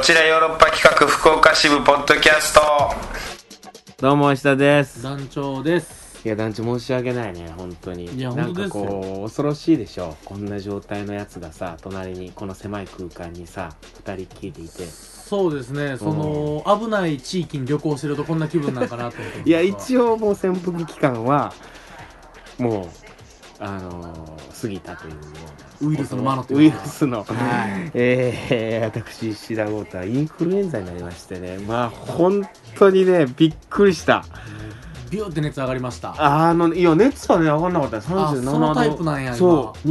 ちらヨーロッパ企画福岡支部ポッドキャスト。 どうも石田です。 団長です。 いや団長申し訳ないね本当に。 いやなんか本当ですよ。 こう恐ろしいでしょ、こんな状態のやつがさ隣にこの狭い空間にさ2人きりでいて。 そうですね、その危ない地域に旅行してるとこんな気分なんかなと思ってます。 いや一応もう潜伏期間はもう過ぎたというようなウイルスの魔のとウイルスの、 はい私石田豪太はインフルエンザになりましてね、まあ本当にねびっくりした。 ビューって熱上がりました。 いや熱はね上がんなかった。37度。 そのタイプなんや今。 そう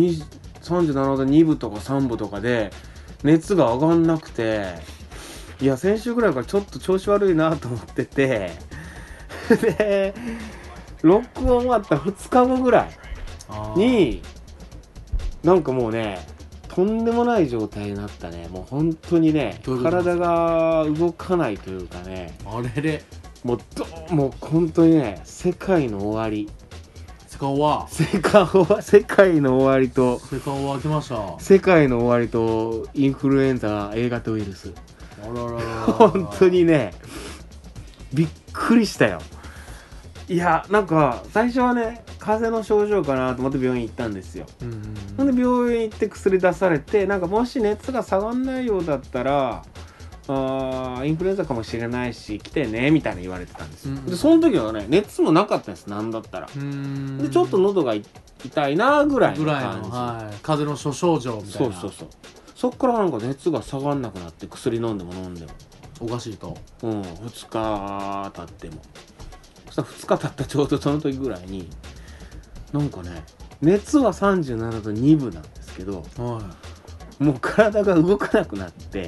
37度2分とか3分とかで熱が上がんなくて、いや先週ぐらいからちょっと調子悪いなと思っててで録音終わった2日後ぐらいになんかもうねとんでもない状態になったね。もう本当にね体が動かないというかね、 あれれもう本当にね世界の終わり。 世界は世界の終わりと世界は来ました。 世界の終わりとインフルエンザ A 型ウイルス。 あららら本当にねびっくりしたよ。いやなんか最初はね風邪の症状かなと思って病院行ったんですよ。ほんで病院行って薬出されて、なんかもし熱が下がんないようだったらインフルエンザかもしれないし来てねみたいな言われてたんですよ。でその時はね熱もなかったんです。なんだったらでちょっと喉が痛いなぐらいの感じ、 はい、風邪の諸症状みたいな。 そうそっからなんか熱が下がんなくなって、薬飲んでもおかしいと。 2日経っても、そしたら2日経ったちょうどその時ぐらいになんかね熱は37度2分なんですけど、もう体が動かなくなって、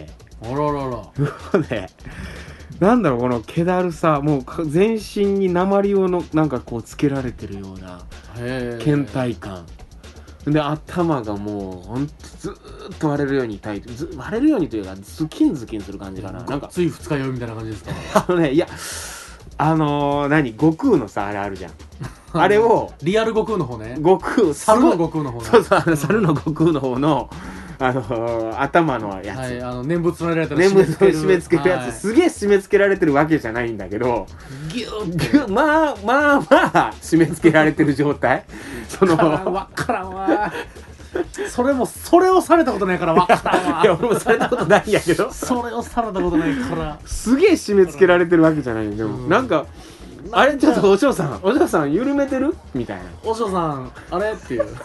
あらららもうねなんだろうこの気だるさ、もう全身に鉛をのなんかこうつけられてるような倦怠感で、頭がもうほんとずーっと割れるように痛い、割れるようにというかズキンズキンする感じかな。なんかつい二日酔いみたいな感じですか。 いや悟空のさあれあるじゃんあれをリアル悟空の方ね。 悟空猿の悟空の方ね。 そう猿の悟空の方の頭のやつ、 はい、念仏られたら念仏を締め付けるやつ、 はい、 すげえ締め付けられてるわけじゃないんだけど、 ギュッまあ締め付けられてる状態そのわからんわそれをされたことないからわからんわいや俺もされたことないんやけどそれをされたことないからすげえ締め付けられてるわけじゃないんでも、なんかあれちょっとお嬢さん緩めてるみたいな、 お嬢さんあれっていう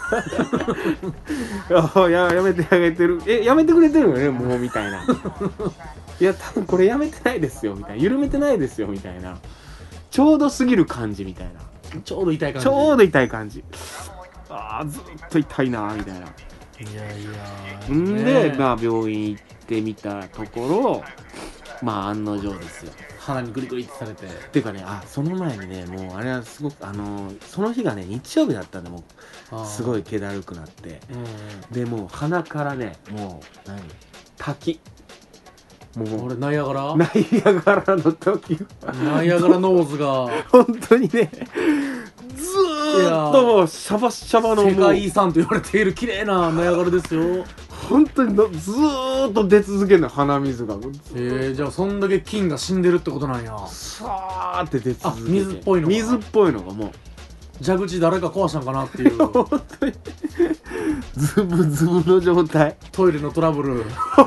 やめてあげてる、やめてくれてるよねもうみたいな、いや多分これやめてないですよみたいな、緩めてないですよみたいな、ちょうど過ぎる感じみたいな、 ちょうど痛い感じ、 ちょうど痛い感じ、ずっと痛いなみたいな。で、病院行ってみたところ案の定ですよ。 鼻にグリグリってされて。 っていうかね、その前にね、もうあれはすごくその日がね日曜日だったんで、もうすごい気だるくなって、でもう鼻からねもう滝、もう俺ナイアガラの時、 ナイアガラノーズが本当にねずーっともうシャバシャバの世界遺産と言われている綺麗なナイアガラですよ。 本当にずーっと出続けるの鼻水が。 じゃあそんだけ菌が死んでるってことなんや。 さーって出続けて、 水っぽいのがもう蛇口誰か壊したんかなっていう本当にズブズブの状態、 トイレのトラブル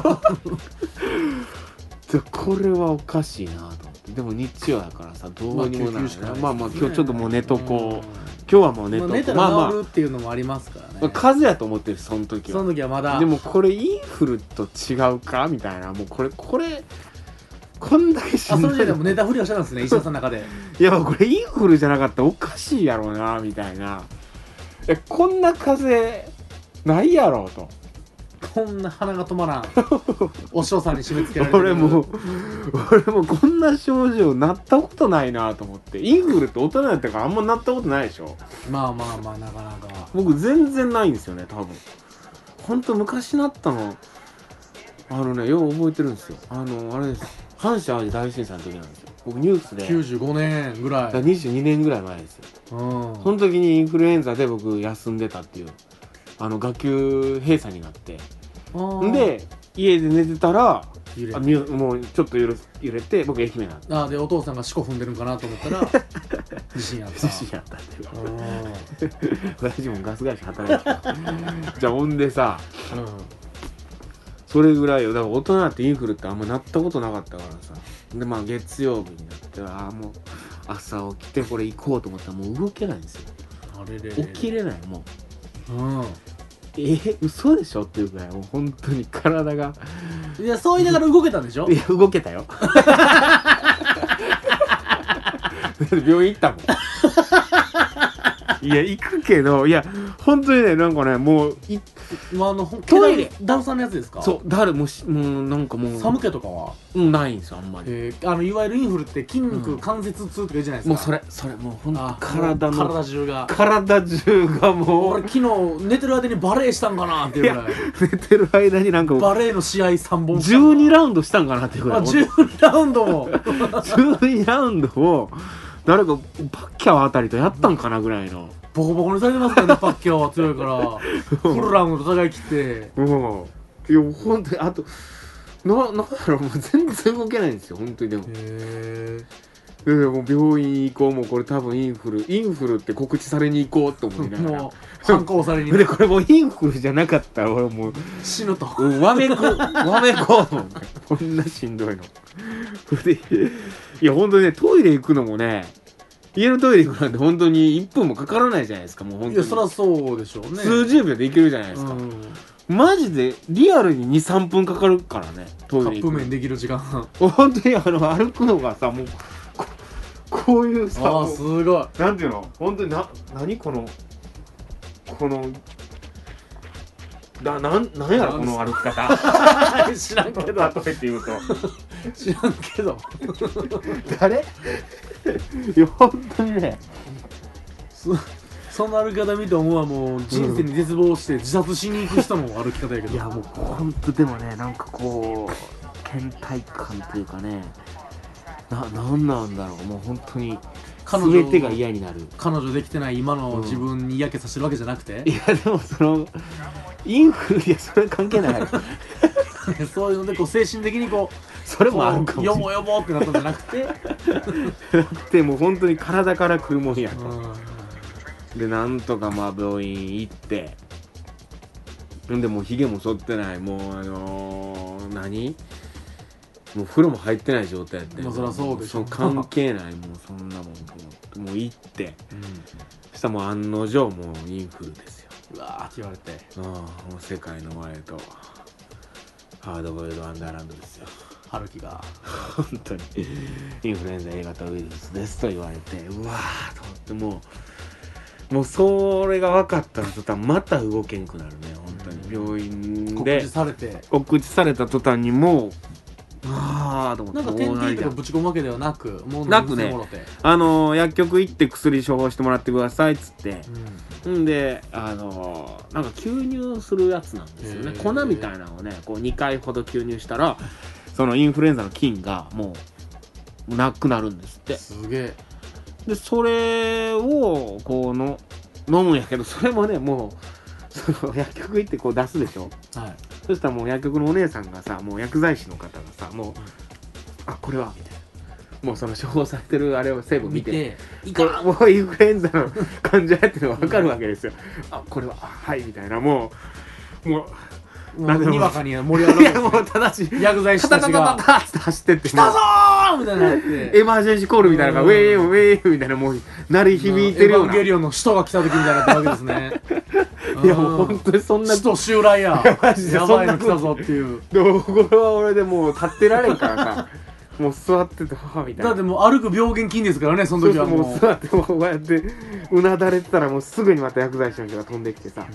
これはおかしいなと思って。でも日曜やからさどうにもならない。今日ちょっともう寝とこう、今日はもう寝とこう、 寝たら治るっていうのもありますからね。 風邪やと思ってるその時はまだ。 でもこれインフルと違うかみたいな、もうこれこんだけしんどい。 それでもネタ振りをしたんですね、石田さんの中で。 いやこれインフルじゃなかったらおかしいやろうなみたいな、こんな風邪ないやろうと、 こんな鼻が止まらんお師匠さんに締め付けられてる。 俺もこんな症状なったことないなと思って。インフルって大人やったからあんまなったことないでしょ。 まあなかなか僕全然ないんですよね多分。ほんと昔なったのよう覚えてるんですよ。あれです、阪神・淡路大震災の時なんですよ。僕ニュースで 95年ぐらい、 22年ぐらい前ですよ。その時にインフルエンザで僕休んでたっていう、学級閉鎖になって、で家で寝てたら揺れもうちょっと揺れて僕愛媛なんででお父さんが四股踏んでるんかなと思ったら地震あった。 地震やったっていう親父もガス会社働いてたじゃあほんでさそれぐらいよ。だから大人ってインフルってあんまなったことなかったからさ。でまあ月曜日になってもう朝起きてこれ行こうと思ったらもう動けないんですよ。 あれれれ起きれないもう。 う嘘でしょっていうぐらいもう本当に体がいやそう言いながら動けたんでしょ。 いや動けたよ病院行ったもんいや行くけどいや本当にねなんかねもうトイレダルさんのやつですか。 そう誰もうなんかもう寒気とかはないんですよあんまり。 いわゆるインフルって筋肉関節痛とか言うじゃないですか。 もうそれもう本当体中がもう俺昨日寝てる間にバレーしたんかなっていうぐらい寝てる間になんかバレーの試合3本 12ラウンドしたんかなっていうぐらい 12ラウンドも 12ラウンドを誰かパッキャオあたりとやったんかなぐらいのボコボコにされてますからねパッキャオは強いからフルラウンド戦い切っていや本当にあとなんだろうもう全然動けないんですよ本当に。でもでもう病院行こうもうこれ多分インフルって告知されに行こうと思いながらもう反抗されにでこれもうインフルじゃなかったら俺もう死ぬとわめこうこんなしんどいのでいや本当にねトイレ行くのもね家のトイレ行くなんて本当に1分もかからないじゃないですか。もう本当にいやそりゃそうでしょうね。 数十秒で行けるじゃないですか。マジでリアルに 2,3 分かかるからねトイレ行く。 カップ麺できる時間本当に歩くのがさもうこういうさすごいなんていうの本当に何このなんやろこの歩き方知らんけど例えて言うと知らんけど誰いや本当にねその歩き方見て思うわ。もう人生に絶望して自殺しに行く人の歩き方やけど、 いやもう本当でもねなんかこう倦怠感というかねなんなんだろうもう本当に全てが嫌になる。 彼女できてない今の自分に嫌気させてるわけじゃなくて、 いやでもインフルいやそれ関係ないそういうのでこう精神的にこうそれもあるかもしれない。 よぼってなったんじゃなくてでも本当に体から来るもんやと。でなんとかまあ病院行ってでもうひげも剃ってないもうもう風呂も入ってない状態やって、 そりゃそうでしょ。 関係ないもうそんなもんと思ってもう行って、そしたらもう案の定もうインフルですよ。 うわーって言われてもう世界の前とハードボイルドワンダーランドですよ。 春樹が本当にインフルエンザ A 型ウイルスですと言われてうわーと思ってもうそれが分かったら途端また動けんくなるね本当に。病院で告知された途端にもうと思って、 なんか点滴とかぶち込むわけではなくもうなくね薬局行って薬処方してもらってくださいっつって、んでなんか吸入するやつなんですよね。粉みたいなのをねこう2回ほど吸入したらそのインフルエンザの菌がもうなくなるんですって。 すげえ。 でそれをこう飲むんやけどそれもねもうその薬局行ってこう出すでしょ。はい。そしたらもう薬局のお姉さんがさもう薬剤師の方がさもうこれはみたいなもうその処方されてるあれを成分見てもうインフルエンザの患者やっていうのが分かるわけですよ。これははいみたいなもうにわかに盛り上がる。いやもうただし薬剤師たちがタって走ってって来たぞーみたいなってエマージェンシーコールみたいなのがウェーウェーみたいなもう鳴り響いてるようなエヴァンゲリオンの使徒が来た時みたいになったわけですね。 いやもう本当にそんな使徒襲来ややばいの来たぞっていう。 でもこれは俺でもう立ってられんからさもう座っててはみたいな。 だってもう歩く病原菌ですからねその時はもう。 もう座ってもうこうやってうなだれてたらもうすぐにまた薬剤師の人が飛んできてさ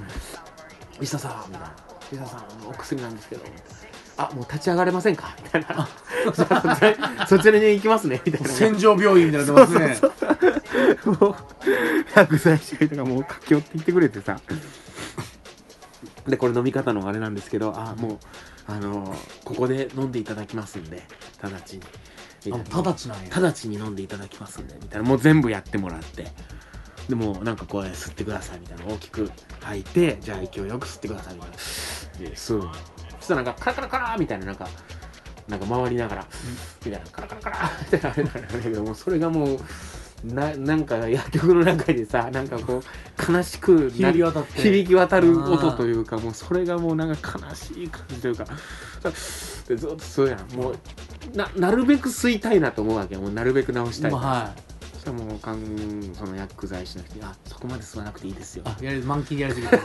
「石田さん」みたいな「石田さんお薬なんですけど」もう立ち上がれませんかみたいなじゃあそちらに行きますねみたいな。 戦場病院みたいになってますね。 もう薬剤師とかもう駆け寄って行ってくれてさでこれ飲み方のあれなんですけどもうここで飲んでいただきますんで直ちに直ちに飲んでいただきますんでみたいなもう全部やってもらってでもなんかこう吸ってくださいみたいな大きく吐いてじゃあ息をよく吸ってくださいみたいなで吸したらなんかカラカラカラみたいななんか回りながら、みたいなカラカラカラみたいなあれだけども、それがもうなんか薬局の中でさ、なんかこう悲しく響き渡る音というか、もうそれがもうなんか悲しい感じというかで、ずっとそうやん、もうなるべく吸いたいなと思うわけよ。もうなるべく直したい、 はい、 そしたらもうその薬剤師の人にそこまで吸わなくていいですよ、 満期やりすぎて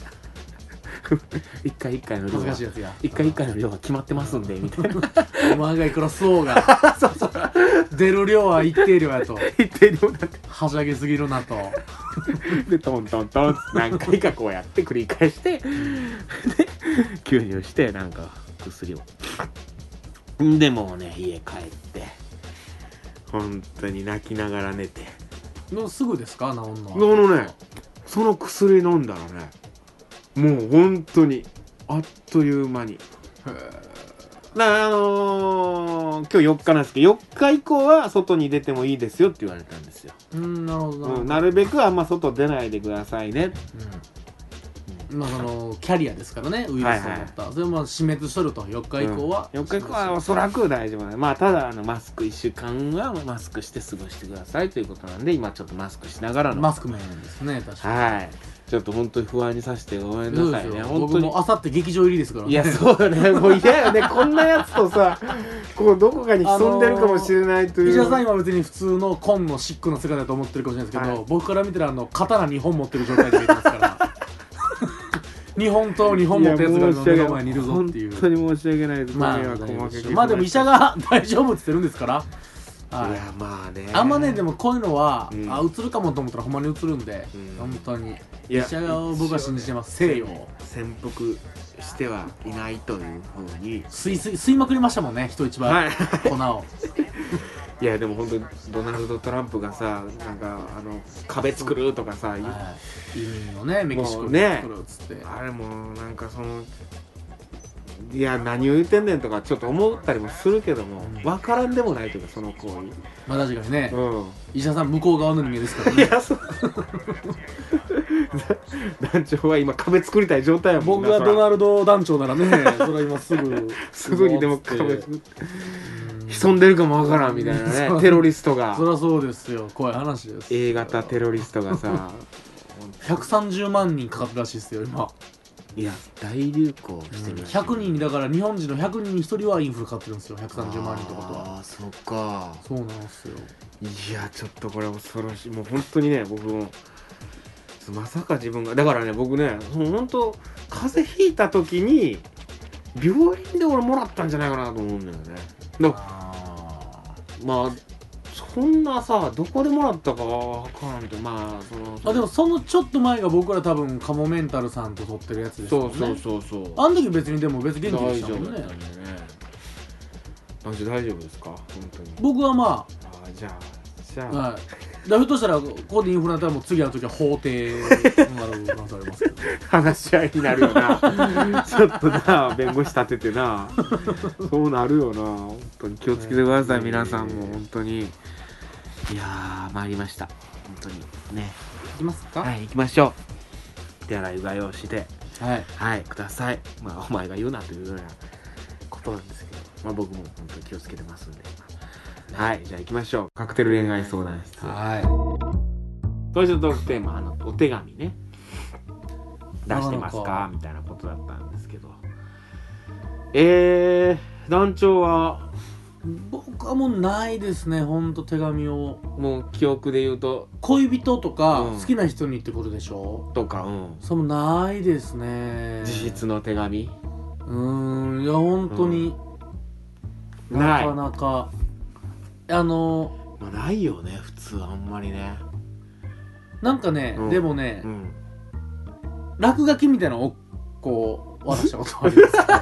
一回一回の量恥ずかしいやつや一回一回の量が決まってますんでみたいなお前がいくら吸おうが出る量は一定量やと一定量だってはしゃぎすぎるなとでトントントンって何回かこうやって繰り返してで吸入してなんか薬をでもうね家帰って本当に泣きながら寝てもうすぐですか治んのねその薬飲んだらねもう本当にあっという間に今日4日なんですけど4日以降は外に出てもいいですよって言われたんですよ。 なるほど、 なるべくあんま外出ないでくださいね、 まあそのキャリアですからねウイルスを持った、それも死滅しとると4日以降は、 4日以降はおそらく大丈夫なまあただマスク1週間はマスクして過ごしてくださいということなんで今ちょっとマスクしながらのマスクメンですね確かにはいちょっと本当に不安にさせてごめんなさいね。 僕もあさって劇場入りですからね。 いやそうよねもう嫌よねこんなやつとさこうどこかに潜んでるかもしれないという、 石田さん今別に普通の紺のシックの姿だと思ってるかもしれないですけど、僕から見たら刀2本持ってる状態で見えてますから2本と2本持ったやつが目の前にいるぞっていう。 本当に申し訳ないです。 まあでも医者が大丈夫って言ってるんですから。 いやまあねあんまねでもこういうのは、うつるかもと思ったらほんまにうつるんで、本当に医者を僕は信じてます。西洋潜伏してはいないというふうに吸いまくりましたもんね人一倍、粉をいやでも本当にドナルド・トランプがさなんか壁作るとかさ、 移民のねメキシコに作るっつって、 あれもなんかいや何を言ってんねんとかちょっと思ったりもするけども、分からんでもないというかその行為まあ確かにね、医者さん向こう側の人間ですからね。いやそう団長は今壁作りたい状態やもんな。 僕がドナルド団長ならねそれは今すぐにでも壁作って潜んでるかもわからんみたいなねテロリストが。 そりゃそうですよ怖い話です。 A 型テロリストがさ 130万人かかってるらしいですよ今。 いや大流行してるらしい、 100人にだから日本人の100人に1人はインフルかかってるんですよ130万人ってことは。 ああそっかそうなんですよ。 いやちょっとこれ恐ろしい。もう本当にね僕もまさか自分がだからね僕ね本当風邪ひいた時に病院で俺もらったんじゃないかなと思うんだよね。まあそんなさどこでもらったかわからんけどまあでもそのちょっと前が僕ら多分カモメンタルさんと撮ってるやつですよね。 そうあの時別にでも別に元気でしたもんね。 大丈夫ですか本当に。 僕はまあじゃあはいひょっとしたらここでインフルになったらもう次会う時は法廷になる可能性ありますけど話し合いになるよなちょっとな弁護士立ててなそうなるよな。本当に気をつけてください、皆さんも本当に。いやー参りました本当にね。 行きますか。 はい行きましょう。手洗いうがいをしてはいください。まあお前が言うなというようなことなんですけど、まあ僕も本当に気をつけてますんではいじゃあ行きましょう。カクテル恋愛相談室。今週のトークテーマお手紙ね出してますかみたいなことだったんですけど、団長は僕はもうないですねほんと手紙を。 もう記憶で言うと恋人とか好きな人にってことでしょ、 とかそのないですね自筆の手紙。 いや本当に、なかなかまあないよね普通あんまりね。 なんかね、でもね、落書きみたいなのをこう渡したことあり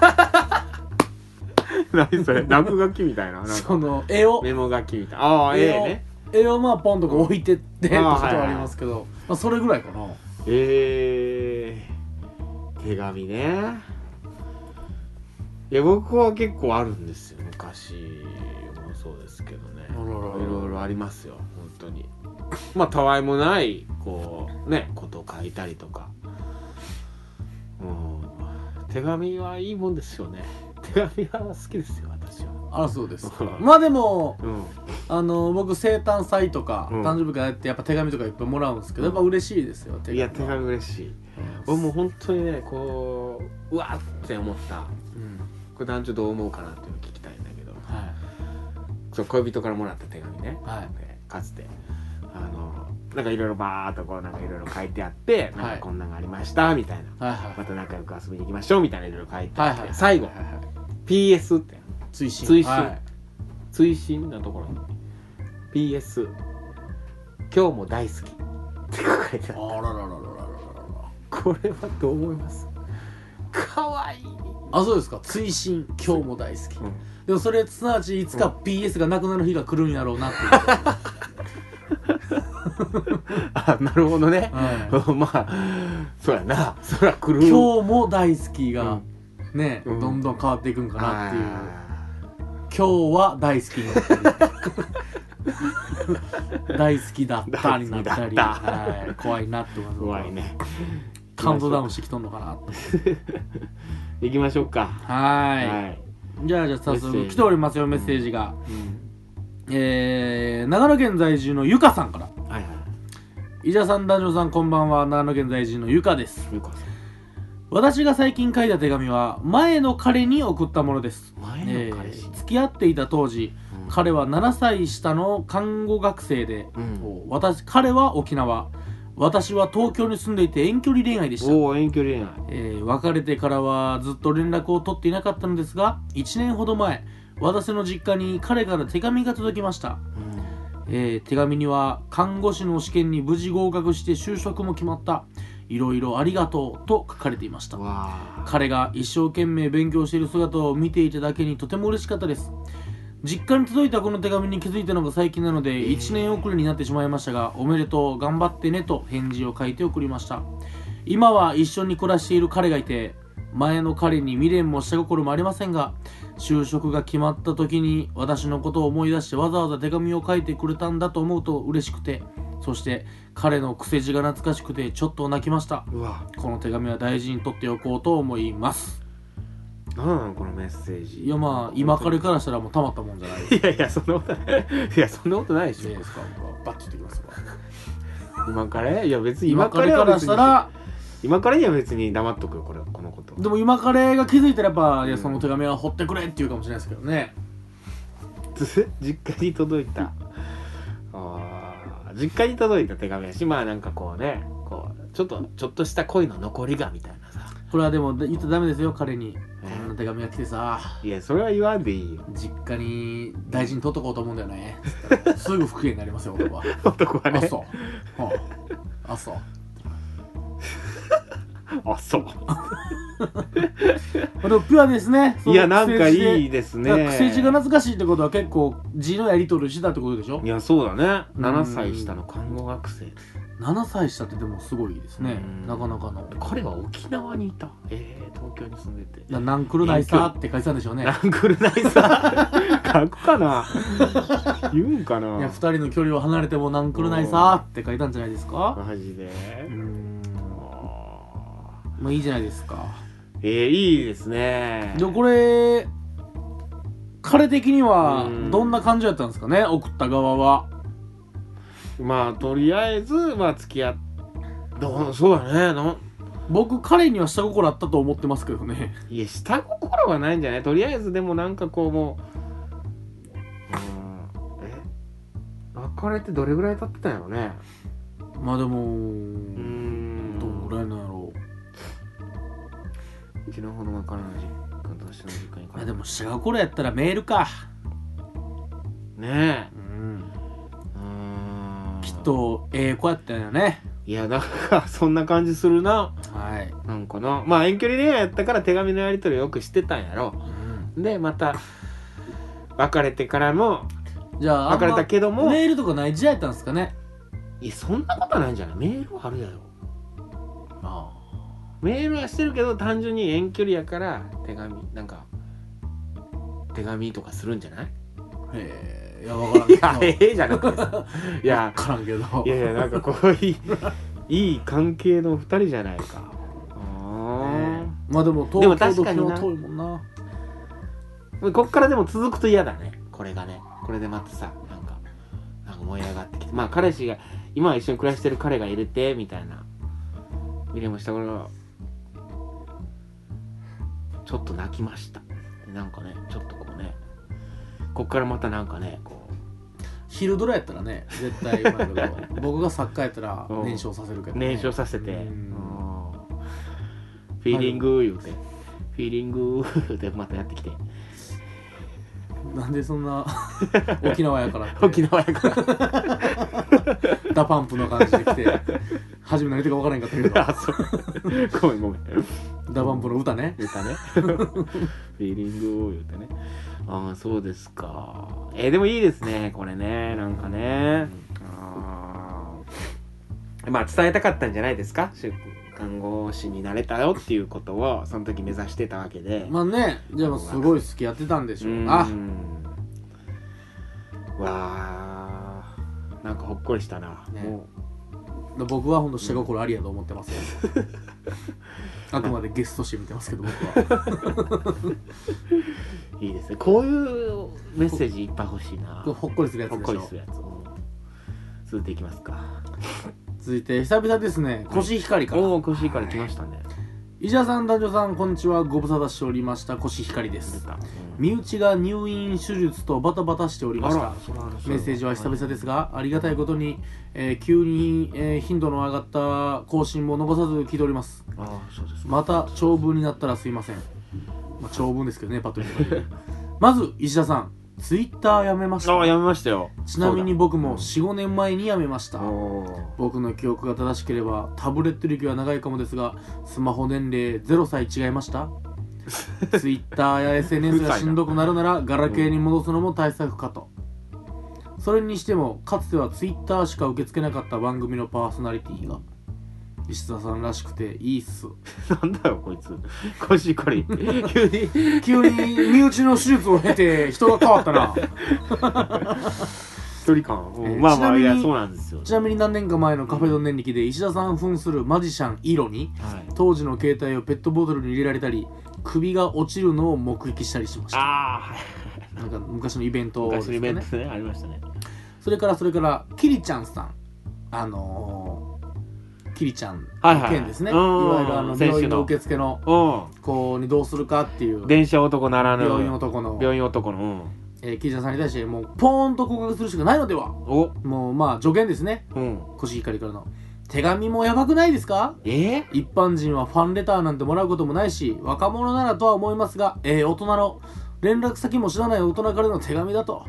ます何それ落書きみたいなその絵をメモ書きみたいな絵をまあポンとこ置いてってってことはありますけど、まあそれぐらいかな。 手紙ね。いや僕は結構あるんですよ。昔もそうですけどねいろいろありますよ本当に。まあたわいもないこうねことを書いたりとか、 手紙はいいもんですよね。手紙は好きですよ私は。 あ、そうですか。まあでも、 うん、 僕生誕祭とか、 うん、 誕生日会やってやっぱ手紙とかいっぱいもらうんですけど、やっぱ嬉しいですよ。 いや手紙嬉しい。俺もう本当にねこううわって思った、これ男女どう思うかなっていうのを聞きたいんだけど、 はい、 そう恋人からもらった手紙ね、 はい、 かつてなんかいろいろバーっとこうなんかいろいろ書いてあって、なんかこんなのがありましたみたいな、はいはい、また仲良く遊びに行きましょうみたいないろいろ書いてあって、はいはい、最後、はいはい、PS って追伸、はい、追伸のところに PS 今日も大好きって書いてあった。あららららららら、これはどう思います？かわいい。 あ、そうですか。追伸今日も大好き、でもそれすなわちいつか PS がなくなる日が来るんやろうなっていうあ、なるほどね、はい、まあそうやな、そら来る。 今日も大好きが、ね、どんどん変わっていくんかなっていう、今日は大好きになったり大好きだったになったり、はい、怖いなって思います。 怖いね。 カウントダウンしてきとんのかなって行きましょうか。 はい、じゃあ早速来ておりますよ、メッセージが、長野県在住のゆかさんから。はいはい。伊者さん、男女さん、こんばんは。長野県在住のゆかです。ゆかさん。私が最近書いた手紙は前の彼に送ったものです。前の彼氏、付き合っていた当時、彼は7歳下の看護学生で、彼は沖縄、私は東京に住んでいて遠距離恋愛でした。 遠距離恋愛。 別れてからはずっと連絡を取っていなかったのですが、1年ほど前、私の実家に彼から手紙が届きました。手紙には看護師の試験に無事合格して就職も決まった、いろいろありがとうと書かれていました。彼が一生懸命勉強している姿を見ていただけにとても嬉しかったです。実家に届いたこの手紙に気づいたのが最近なので1年遅れになってしまいましたが、おめでとう、頑張ってねと返事を書いて送りました。今は一緒に暮らしている彼がいて、前の彼に未練も下心もありませんが、就職が決まった時に私のことを思い出してわざわざ手紙を書いてくれたんだと思うと嬉しくて、そして彼の癖字が懐かしくてちょっと泣きました。この手紙は大事に取っておこうと思います。 何なのこのメッセージ。 いや、まあ今彼からしたらもうたまったもんじゃない。 いやいや、そんなことないいや、そんなことないでしょ。いいですか、 バッチリできます今彼、いや別に今彼からしたら、 今彼には別に黙っとくよ、このこと。 でも今彼が気づいたらやっぱ、いやその手紙は掘ってくれって言うかもしれないですけどね。 実家に届いた実家に届いた手紙やし、まあなんかこうね、こうちょっとした恋の残りがみたいなさ。 これはでも言ったらダメですよ、彼に。こんな手紙が来てさ。 いや、それは言わんでいいよ。 実家に大事に取っとこうと思うんだよね。すぐ不機嫌になりますよ、男は。 男はね。 あ、そう。あ、そう。 あ、そう。 でもピュアですね。 いや、なんかいいですね。 癖字が懐かしいってことは結構字のやり取りしてたってことでしょ。 いや、そうだね。7歳下の看護学生。 7歳下ってでもすごいですね。なかなかの。 彼は沖縄にいた。東京に住んでて。 なんくるないさって書いてたんでしょうね。 なんくるないさ書くかな言うんかな。 いや、2人の距離を離れてもなんくるないさって書いたんじゃないですか。 マジで。 まあいいじゃないですか。 いいですね。 でこれ彼的にはどんな感じだったんですかね、送った側は。 まあとりあえずまあ付き合っそうだね。 僕彼には下心あったと思ってますけどね。 いや、下心はないんじゃない。とりあえずでもなんかこうもう別れてどれぐらい経ってたんやろね。 まあでもどんぐらいなんやろう。うちの方の分からない実家としての実家に。 まあでも下心やったらメールかねえ。 きっと子やったんやね。 いや、なんかそんな感じするな。 はい。 なんかな、まあ遠距離恋愛やったから手紙のやり取りをよくしてたんやろ。でまた別れてからも、 じゃあ別れたけどもメールとかない時代やったんですかね。 いや、そんなことないんじゃない。メールはあるやろ。メールはしてるけど単純に遠距離やから手紙とかするんじゃない。 いや、分からんけど。 じゃなくてさ。いや、 分からんけど。 いやなんかこういい関係の2人じゃないか。 まあでもでも確かにな東京と遠いもんな。 こっからでも続くと嫌だね、これがね。これでまたさ、なんか燃え上がってきて、まあ彼氏が今は一緒に暮らしてる彼がいるってみたいな見れもしたから、ちょっと泣きました。なんかね、ちょっとこうね、こっからまたなんかね、こう昼ドラやったらね絶対うまいけど僕がサッカーやったら燃焼させるけど、ね、 燃焼させて、 うんフィーリング言うて、フィーリングでまたやってきて、 なんでそんな沖縄やからって沖縄やからダパンプの感じで来て初め何言ってか分からへんかったけどあ、そうごめんごめん、 ダパンプの歌ね、 歌ねフィーリング言うてね。ああ、そうですか。でもいいですね、これね、なんかね。まあ伝えたかったんじゃないですか、看護師になれたよっていうことをその時目指してたわけで。 まあね、じゃあすごい好きやってたんでしょうな。 わあ、なんかほっこりしたな、ね、もう僕はほんと下心ありやと思ってますよあくまでゲストとして見てますけど僕はいいですね、こういうメッセージいっぱい欲しいな。 ほっこりするやつでしょ。 ほっこりするやつ続いていきますか。 続いて久々ですね、コシヒカリから。 おお、コシヒカリ来ましたね。 石田さん、男女さん、こんにちは。ご無沙汰しておりましたコシヒカリです。身内が入院手術とバタバタしておりました。メッセージは久々ですが、ありがたいことに、急に、頻度の上がった更新も残さず聞いております。 そうです。 また長文になったらすいません。まあ、長文ですけどね、パッと見たらまず石田さん、ツイッターやめました。 やめましたよ。 ちなみに僕も 4,5 年前にやめました。僕の記憶が正しければタブレット歴は長いかもですが、スマホ年齢0歳違いましたツイッターや SNS がしんどくなるならガラケーに戻すのも対策かと。それにしてもかつてはツイッターしか受け付けなかった番組のパーソナリティが石田さんらしくていいっす。 なんだよこいつ、コシヒカリ急に身内の手術を経て人が変わったな距離感、まあまあ、いや、そうなんですよ。 ちなみに何年か前のカフェドン年力で石田さん扮するマジシャンイロに、当時の携帯をペットボトルに入れられたり首が落ちるのを目撃したりしました。なんか昔のイベントですね。 昔のイベントね、ありましたね。 それからキリちゃんさん、キリちゃん件ですね、いわゆる病院の受付の子にどうするかっていう電車男ならぬ病院男のキリちゃんさんに対してもうポーンと告白するしかないのでは。もうまあ助言ですね、コシヒカリからの手紙もやばくないですか。一般人はファンレターなんてもらうこともないし、若者ならとは思いますが、大人の連絡先も知らない大人からの手紙だと。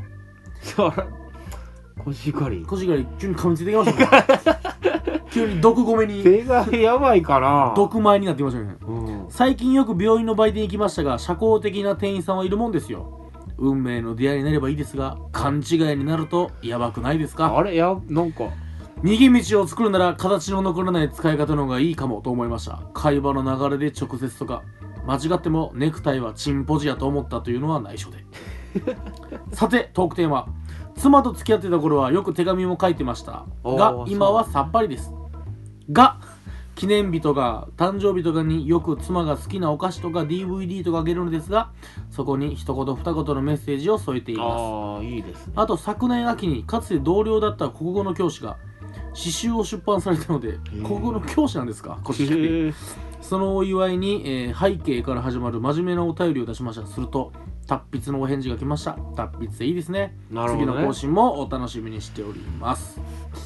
コシヒカリ急に噛みついてきましたね急に毒込めに手がやばいかな、 毒前になってきましたね、最近よく病院の売店行きましたが、社交的な店員さんはいるもんですよ。運命の出会いになればいいですが、勘違いになるとやばくないですか。 なんか逃げ道を作るなら形の残らない使い方の方がいいかもと思いました。会話の流れで直接とか、間違ってもネクタイはチンポジやと思ったというのは内緒でさてトークテーマ、妻と付き合ってた頃はよく手紙も書いてましたが、今はさっぱりですが、記念日とか誕生日とかによく妻が好きなお菓子とか DVD とかあげるのですが、そこに一言二言のメッセージを添えています。 いいですね。 あと昨年秋にかつて同僚だった国語の教師が詩集を出版されたので、国語の教師なんですか、そのお祝いに、背景から始まる真面目なお便りを出しました。すると達筆のお返事が来ました。達筆でいいですね。次の更新もお楽しみにしております。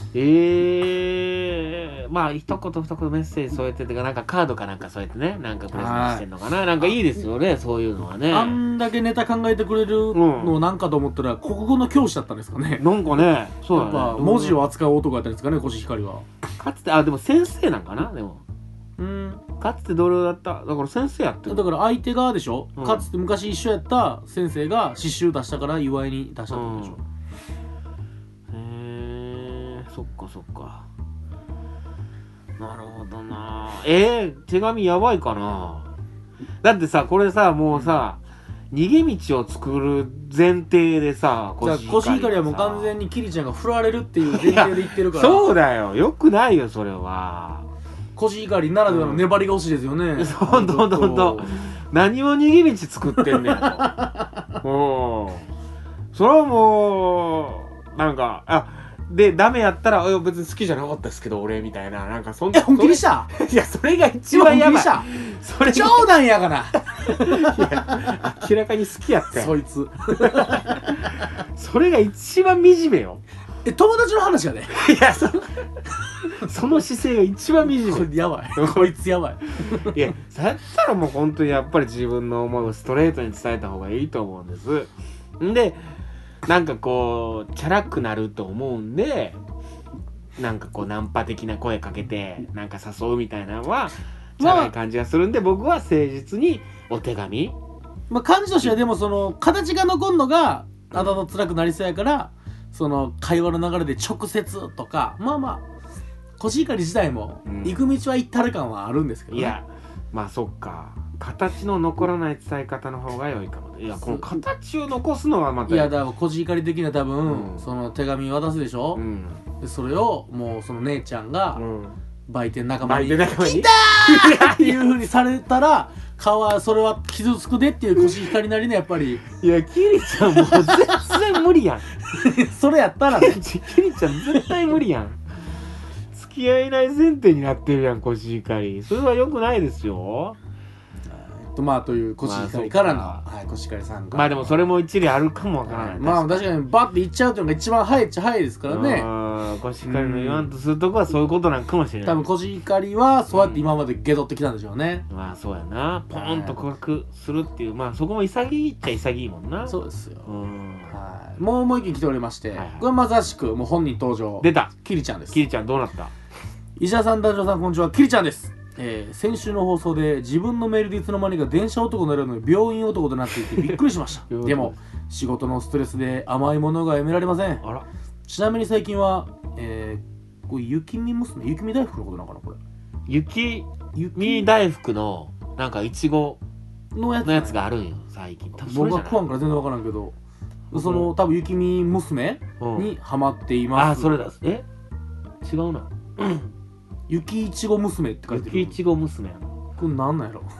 まあ一言二言メッセージ添えててか、なんかカードかなんか添えてね、なんかプレゼントしてんのかな、なんかいいですよね、そういうのはね。 あんだけネタ考えてくれるのなんかと思ったら、国語の教師だったんですかね。 なんかね、そうだね。 やっぱ文字を扱う男だったんですかね、コシヒカリは。 かつてでも先生なんかな、でも。かつて同僚だった、だから先生やってる。 だから相手がでしょ、かつて昔一緒やった先生が詩集出したから祝いに出したってことでしょ。 そっかそっか、なるほどな。手紙やばいかな。だってさ、これさ、もうさ、逃げ道を作る前提でさ、 コシヒカリはもう完全にキリちゃんが振られるっていう前提で言ってるからそうだよ、よくないよそれは。 コシヒカリならではの粘りが欲しいですよね。 ほんと何を逃げ道作ってんねんとそれはもうなんかでダメやったら別に好きじゃなかったですけど俺みたいななんかそんな本気でしたいやそれが一番やばいそれ冗談やがな。 いや明らかに好きやったよそいつそれが一番惨めよ。 友達の話やで。 いやその姿勢が一番惨め。 これやばいこいつやばい。 いやだったらもう本当にやっぱり自分の思いをストレートに伝えた方がいいと思うんです。んでなんかこうチャラくなると思うんでなんかこうナンパ的な声かけてなんか誘うみたいなのはチャラい感じがするんで、僕は誠実にお手紙感じとしてはでもその形が残るのがあだと辛くなりそうやからその会話の流れで直接とかコシヒカリ自体も行く道は行ったれ感はあるんですけどね。 いやまあそっか形の残らない伝え方の方が良いかも。いやこの形を残すのはまたいやだからコシヒカリ的な多分、その手紙渡すでしょ、でそれをもうその姉ちゃんが、売店仲間に「来たー!」っていう風にされたらそれは傷つくでっていうコシヒカリなりのやっぱりいやキリちゃんもう全然無理やんそれやったらねキリちゃん絶対無理やん。付き合いない前提になってるやんコシヒカリ。それは良くないですよ。 というコシヒカリからの、コシヒカリさんがでもそれも一理あるかもわからない。 確かにバッていっちゃうというのが一番早いっちゃ早いですからね。 コシヒカリの言わんとするとこはそういうことなんかもしれない。 多分コシヒカリはそうやって今までゲドってきたんでしょうね。 そうやなポーンと告白するっていうそこも潔いっちゃ潔いもんな。 そうですよ。もう一件来ておりまして、これまさしくもう本人登場出たキリちゃんです。 キリちゃんどうなった？ 石田さん、男女さん、こんにちは。キリちゃんです。先週の放送で自分のメールでいつの間にか電車男になるのに病院男となっていてびっくりしましたでも仕事のストレスで甘いものがやめられません。ちなみに最近は、これ雪見娘雪見大福のことなのかな。これ雪見大福のなんかいちごのやつがあるんよ最近。 僕は食わんから全然分からんけど、その多分雪見娘にハマっています。 それだ。違うな雪いちご娘って書いてる。 雪いちご娘やな。 これなんなんやろ。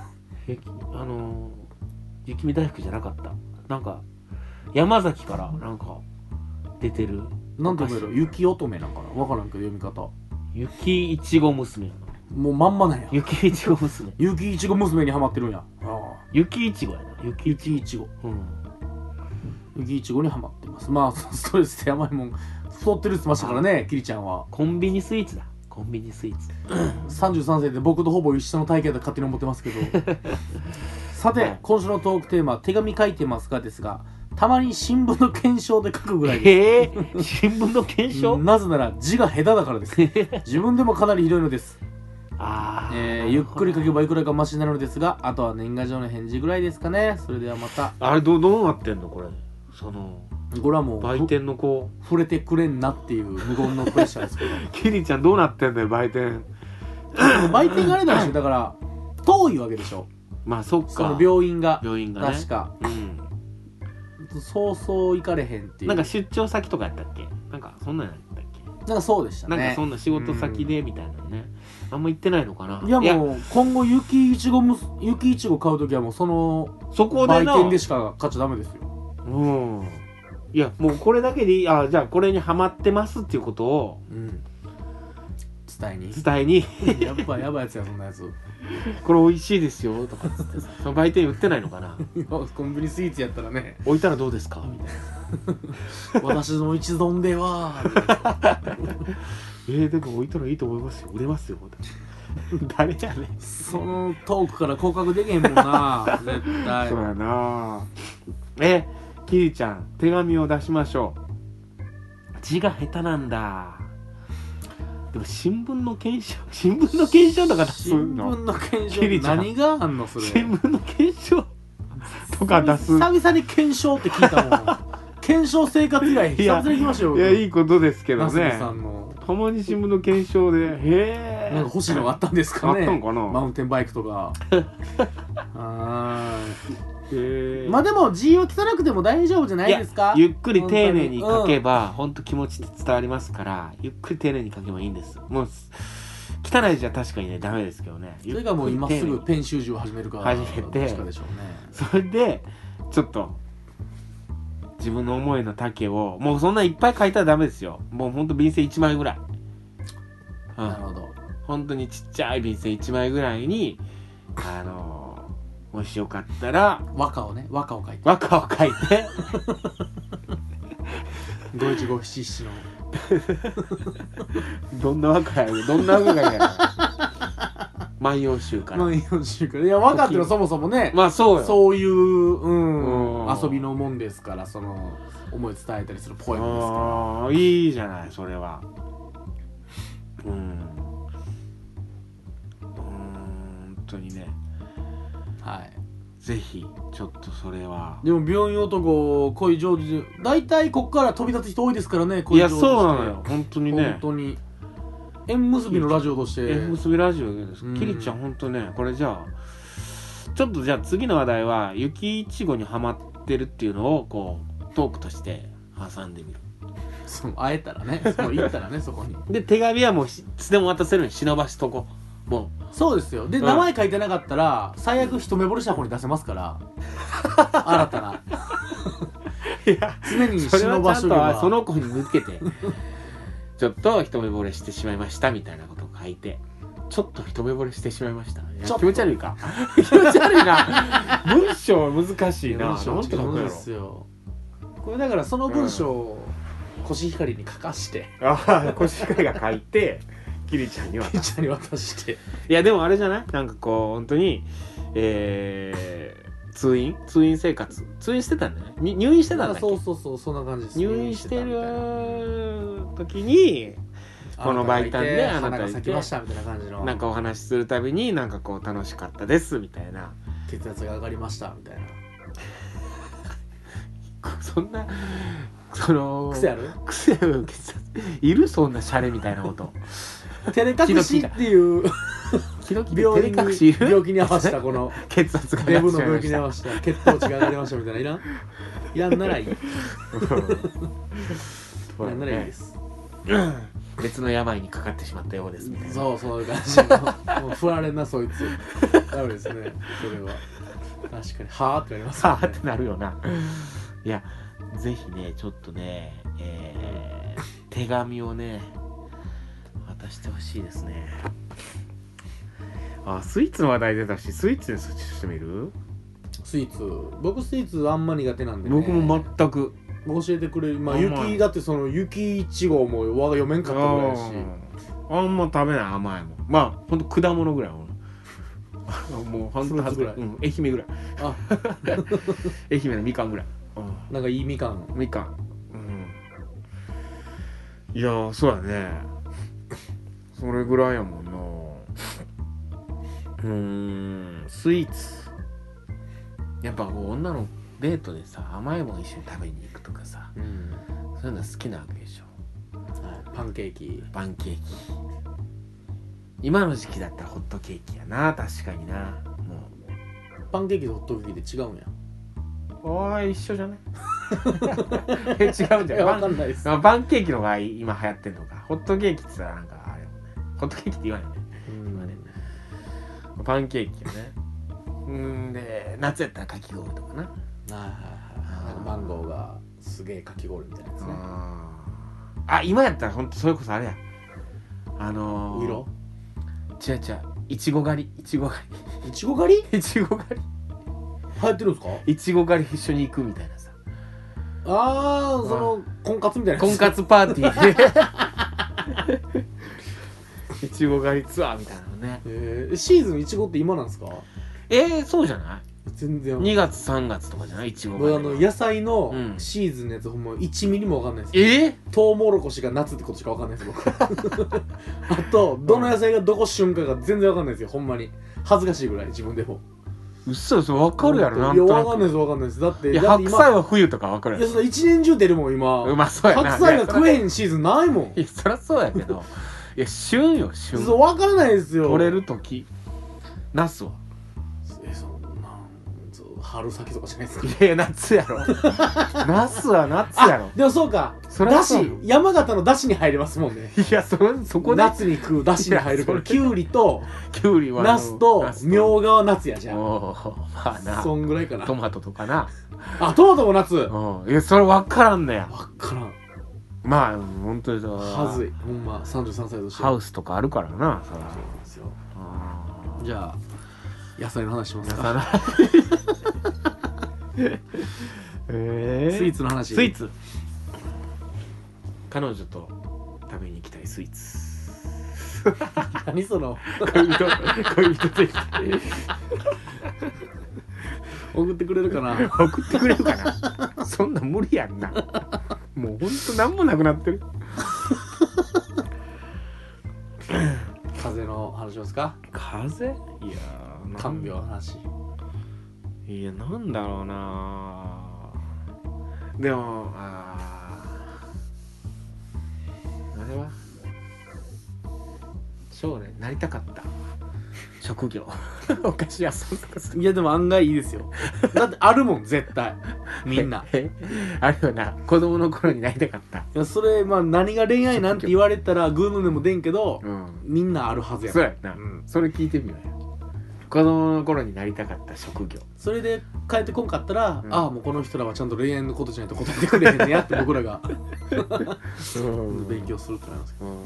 雪見大福じゃなかった。なんか山崎からなんか出てる。 なんて読める？雪乙女なんかな。わからんけど読み方。 雪いちご娘やな。 もうまんまなんや。 雪いちご娘。 雪いちご娘にハマってるんや。 雪いちごやな。 雪いちご。雪いちごにハマってます。ストレスで甘いもん太ってるって言ってましたからね、キリちゃんは。 コンビニスイーツだ。コンビニスイーツ 33歳で僕とほぼ一緒の体型だと勝手に思ってますけどさて、今週のトークテーマ手紙書いてますかですが、たまに新聞の検証で書くぐらいです。 新聞の検証なぜなら字が下手だからです自分でもかなりひどいのです。ゆっくり書けばいくらかマシになるのですが、あとは年賀状の返事ぐらいですかね。それではまた。 あれどうなってんのこれ。 これはもう売店の子触れてくれんなっていう無言のプレッシャーですけどキリちゃんどうなってんだよ売店売店があれなんでしょ。だから遠いわけでしょ。 そっか。 その病院がね、 確か、そうそう行かれへんっていう。 なんか出張先とかやったっけ。なんかそんなんやったっけ。 なんかそうでしたね。 なんかそんな仕事先でみたいなね、あんま行ってないのかな。 いやもう今後雪いちご買うときはもうそこで売店でしか買っちゃダメですよ。 いやもうこれだけでいい。じゃあこれにハマってますっていうことを、 伝えにやばいやつやそんなやつこれ美味しいですよとかっつってさその売店売ってないのかなコンビニスイーツやったらね置いたらどうですかみたいな私の一丼ではでも置いたらいいと思いますよ売れますよ誰やねんそのトークから降格できへんもんな絶対。 そうやな。キリちゃん手紙を出しましょう。字が下手なんだ。でも新聞の検証とか出すの。 新聞の検証何があんのそれ。 新聞の検証とか出す。 久々に検証って聞いたもん検証生活以来久々に行きましょうよ。 いやいいことですけどね。 さんのたまに新聞の検証でなんか欲しいのがあったんですかね。 あったんかな。 マウンテンバイクとかでも字は汚くても大丈夫じゃないですか。 ゆっくり丁寧に書けば本当気持ちって伝わりますから、ゆっくり丁寧に書けばいいんです。もう汚いじゃ確かにねダメですけどね。 それがもう今すぐペン習字を始めるか始めてどっちかでしょうね。 それでちょっと自分の思いの丈をもうそんないっぱい書いたらダメですよ。もうほんと便箋1枚ぐらい、 なるほど。 本当にちっちゃい便箋1枚ぐらいにもしよかったら和歌を書いて和歌を書いて五一五七七のどんな和歌やるどんな和歌やる万葉集から万葉集から。いや和歌っていうのはそもそもね、 まあそうよそういう、 うん遊びのもんですから、その思い伝えたりするポエムですかああいいじゃないそれは。本当にねら。はい。 ぜひちょっとそれは。 でも病院男恋成就大体こっから飛び立つ人多いですからね。 いやそうなのよ本当にね。 本当に縁結びのラジオとして縁結びラジオです。 うんキリちゃん本当ねこれじゃあちょっとじゃあ次の話題は雪いちごにハマってるっていうのをこうトークとして挟んでみる。 そう会えたらね、そう行ったらねそこに。 で手紙はもういつでも渡せるように忍ばしとこう。もそうですよ。で、 うん名前書いてなかったら最悪一目惚れした方に出せますから新たなういや常にそれ忍はちゃんとばしとけばその子に向けてちょっと一目惚れしてしまいましたみたいなことを書いてちょっと一目惚れしてしまいました。いやちょっと気持ち悪いか気持ち悪いな文章難しいな。 文章なんて書くやろですよ。これだからその文章をコシヒカリに書かしてああコシヒカリが書いてキリちゃんにはケイちゃんに渡して。 いやでもあれじゃないなんかこう本当に通院生活通院してたんだよね。入院してたんだっけ。 そうそんな感じです。 入院してたみたいなる時にこのバイタンであなたがいて花が咲きましたみたいな感じのなんかお話しするたびになんかこう楽しかったですみたいな。 血圧が上がりましたみたいな。 そんなその癖ある？ 癖ある血圧いるそんなシャレみたいなこと照れ隠しっていう気の利いて病照れ隠しいる病気に合わせたこの血圧がデブの病気に合わわせた血糖値が上がりましたみたいないらんならいい。いらんならいいです。 別の病にかかってしまったようですみたいな。 そういう感じのもう振られんなそいつ。ダメですねそれは。確かにはあってなりますよね。 さあってなるよな。いやぜひねちょっとね、手紙をね渡してほしいですね。あスイーツの話題出たしスイーツにしてみる？ スイーツ僕スイーツあんま苦手なんでね。 僕も全く教えてくれる。まああんま雪だってその雪いちごも我が読めんかったぐらいやし。 あんま食べない甘いもん。まあほんと果物ぐらいもうほんとフルーツぐらい愛媛ぐらいあ愛媛のみかんぐらい、 なんかいいみかん。 みかん、いやーそうやねそれぐらいやもんな。スイーツやっぱこう女のデートでさ甘いもん一緒に食べに行くとかさ、そういうの好きなわけでしょ。 パンケーキ。 パンケーキ今の時期だったらホットケーキやな。確かにな。もパンケーキとホットケーキで違うんや。 うおい一緒じゃない違うんじゃないわかんないです。 パンケーキのが今流行ってんのか。ホットケーキって言ったらなんかあれもねホットケーキって言わないね今ね。パンケーキやね。で夏やったらかき氷とかな。 なんかマンゴーがすげえかき氷みたいなやつね。 あ今やったらほんとそれこそあれやウイロ違ういちご狩りいちご狩りいちご狩り流行ってるんですか？ いちご狩り一緒に行くみたいなさ。 その婚活みたいな婚活パーティーでいちご狩りツアーみたいなのね。 シーズンいちごって今なんですか？ そうじゃない全然 2月3月とかじゃないいちご狩り野菜のシーズンのやつほんま1ミリもわかんないです。トウモロコシが夏ってことしかわかんないです僕あとどの野菜がどこ旬かが全然わかんないですよほんまに。恥ずかしいぐらい自分でも。 うっそそれ分かるやろなんいやとなく。 わかんないです。だって白菜は冬とか分かるやろ。 いやその一年中出るもん今。 うまそうやな。 白菜が食えへんシーズンないもん。 いやそりゃそうやけどいや旬よ旬。 そうわからないですよ。 取れる時ナスは春先とかじゃないですか。 いやいや夏やろナスは夏やろ。 でもそうか、 そりゃだそうし山形のだしに入りますもんね。 いやそこで夏に食うだしに入るから、 いやきゅうりとキュウリはナスとみょうがは夏やじゃん。 おーまあなそんぐらいかな。 トマトとかな。 あ、トマトも夏。 うんいやそれ分からんねや。 わっからん。 まあ本当にさはずい。ほんま33歳としてハウスとかあるからなそら。 そうなんですよ。 あじゃあ野菜の話しますか。 ーなスイーツの話。 スイーツ彼女と食べに行きたいスイーツ何その恋人と行きたい送ってくれるかな。 送ってくれるかなそんなん無理やんなもうほんとなんもなくなってる風邪の話しますか。 風邪いやー看病の話。 いやなんだろうなでもあれは将来なりたかった職業お菓子屋さんとかするいやでも案外いいですよ。だってあるもん絶対みんな。 あれよな子供の頃になりたかったいやそれまあ何が恋愛なんて言われたらグーのでも出んけど、 うんみんなあるはずやからそうやな、 うんそれ聞いてみようや子供の頃になりたかった職業それで帰ってこんかったら、 うんああもうこの人らはちゃんと恋愛のことじゃないと答えてくれへんねやって僕らが勉強すると思いますけど。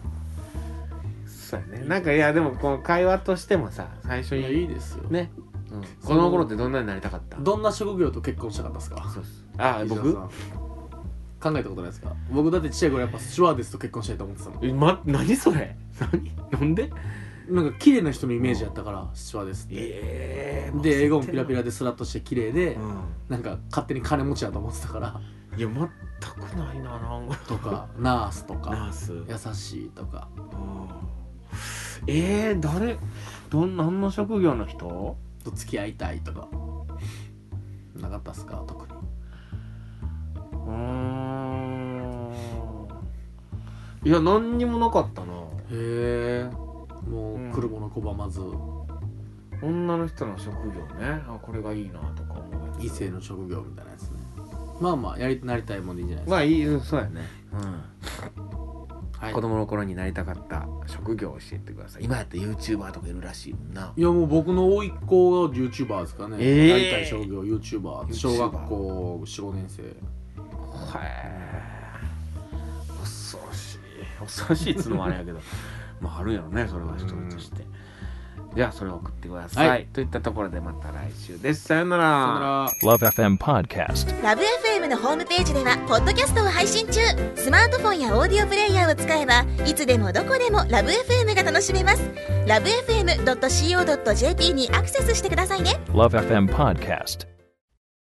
そうやねなんかいやでもこの会話としてもさ最初いやいにいですよ。 ね、子供の頃ってどんなになりたかったどんな職業と結婚したかったですか。 そうですあ僕石田さん考えたことないですか。僕だってちっちゃい頃やっぱスチュワーデスと結婚したいと思ってたもん。 何それなんでなんか綺麗な人のイメージやったからスチュワーデスって、で英語もピラピラでスラッとして綺麗で、なんか勝手に金持ちやと思ってたからいや全くないななんかとかナースとかナース優しいとか。 誰何の職業の人と付き合いたいとかなかったっすか特に。 いや何にもなかったな。 へえもう来るもの拒まず、 女の人の職業ねこれがいいなとか思う異性の職業みたいなやつね。まあまあなりたいもんでいいんじゃないですか。 まあいいそうやね、 はい、 子供の頃になりたかった職業を教えてください。今やって YouTuber とかいるらしいもんな。 いやもう僕の甥っ子が YouTuber ですからね、やりたい職業 YouTuber 小学校 4,5 年生。 恐ろしいっつうのもあれやけどまああるんやろねそれは一人として。じゃあそれを送ってください、といったところでまた来週です。さよなら。 LoveFM Podcast。 ラブ f m のホームページではポッドキャストを配信中。スマートフォンやオーディオプレイヤーを使えばいつでもどこでもラブ f m が楽しめます。ラブ FM.co.jp にアクセスしてくださいね。 LoveFM Podcast。